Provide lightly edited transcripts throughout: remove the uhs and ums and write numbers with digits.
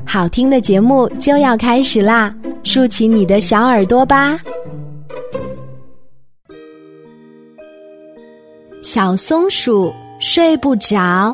好听的节目就要开始啦，竖起你的小耳朵吧。小松鼠睡不着。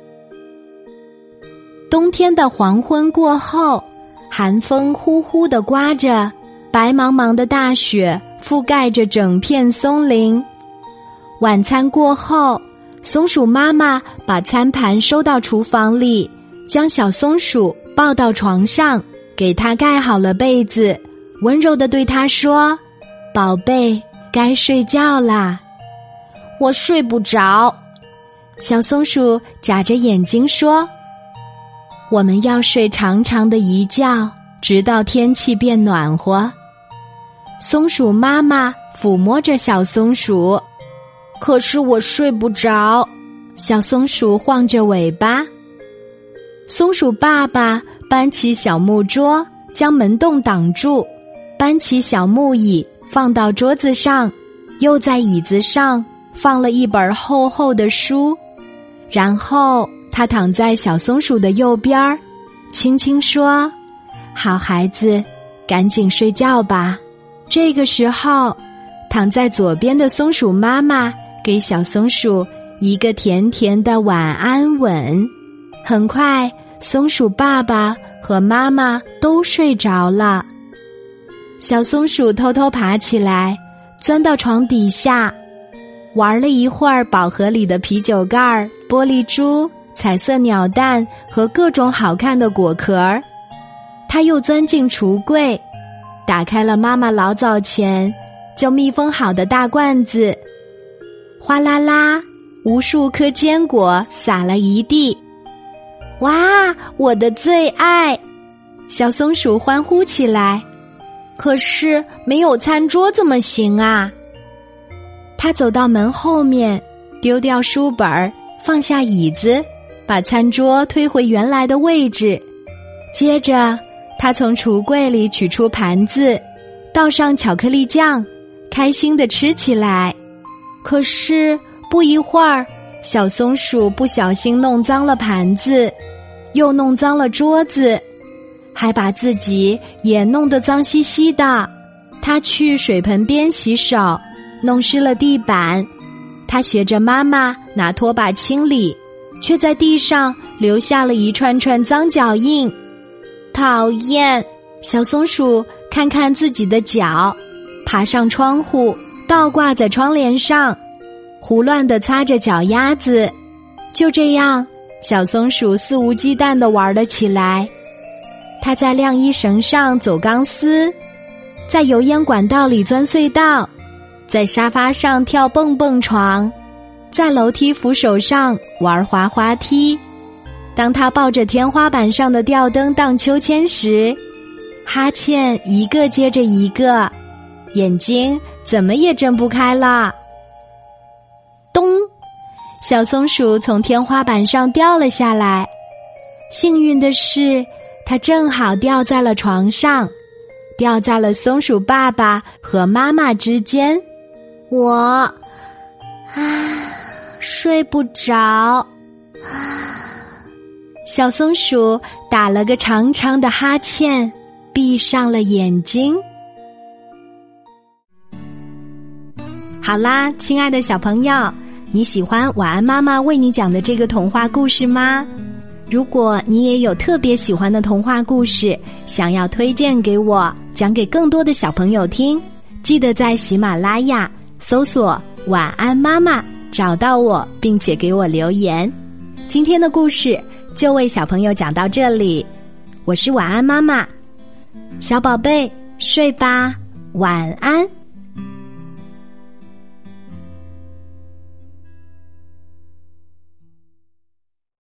冬天的黄昏过后，寒风呼呼地刮着，白茫茫的大雪覆盖着整片松林。晚餐过后，松鼠妈妈把餐盘收到厨房里，将小松鼠抱到床上，给它盖好了被子，温柔地对它说：“宝贝，该睡觉啦。” 我睡不着。 小松鼠眨着眼睛说：“我们要睡长长的一觉，直到天气变暖和。”松鼠妈妈抚摸着小松鼠， 可是我睡不着。 小松鼠晃着尾巴。松鼠爸爸搬起小木桌，将门洞挡住，搬起小木椅放到桌子上，又在椅子上放了一本厚厚的书，然后他躺在小松鼠的右边，轻轻说：“好孩子，赶紧睡觉吧。”这个时候，躺在左边的松鼠妈妈给小松鼠一个甜甜的晚安吻。很快，松鼠爸爸和妈妈都睡着了。小松鼠偷偷爬起来，钻到床底下，玩了一会儿宝盒里的啤酒盖、玻璃珠、彩色鸟蛋和各种好看的果壳。他又钻进橱柜，打开了妈妈老早前就密封好的大罐子，哗啦啦，无数颗坚果撒了一地。 哇，我的最爱！ 小松鼠欢呼起来。 可是没有餐桌怎么行啊？ 他走到门后面，丢掉书本，放下椅子，把餐桌推回原来的位置。接着，他从橱柜里取出盘子，倒上巧克力酱，开心地吃起来。可是不一会儿，小松鼠不小心弄脏了盘子，又弄脏了桌子，还把自己也弄得脏兮兮的。他去水盆边洗手，弄湿了地板。他学着妈妈拿拖把清理，却在地上留下了一串串脏脚印。 讨厌！ 小松鼠看看自己的脚，爬上窗户，倒挂在窗帘上，胡乱地擦着脚丫子。就这样，小松鼠肆无忌惮地玩了起来。它在晾衣绳上走钢丝，在油烟管道里钻隧道，在沙发上跳蹦蹦床，在楼梯扶手上玩滑滑梯。当他抱着天花板上的吊灯荡秋千时，哈欠一个接着一个，眼睛怎么也睁不开了。咚！小松鼠从天花板上掉了下来。幸运的是，它正好掉在了床上，掉在了松鼠爸爸和妈妈之间。 我睡不着。 小松鼠打了个长长的哈欠，闭上了眼睛。好啦，亲爱的小朋友，你喜欢晚安妈妈为你讲的这个童话故事吗？如果你也有特别喜欢的童话故事，想要推荐给我，讲给更多的小朋友听，记得在喜马拉雅搜索晚安妈妈，找到我并且给我留言。今天的故事就为小朋友讲到这里，我是晚安妈妈，小宝贝睡吧，晚安。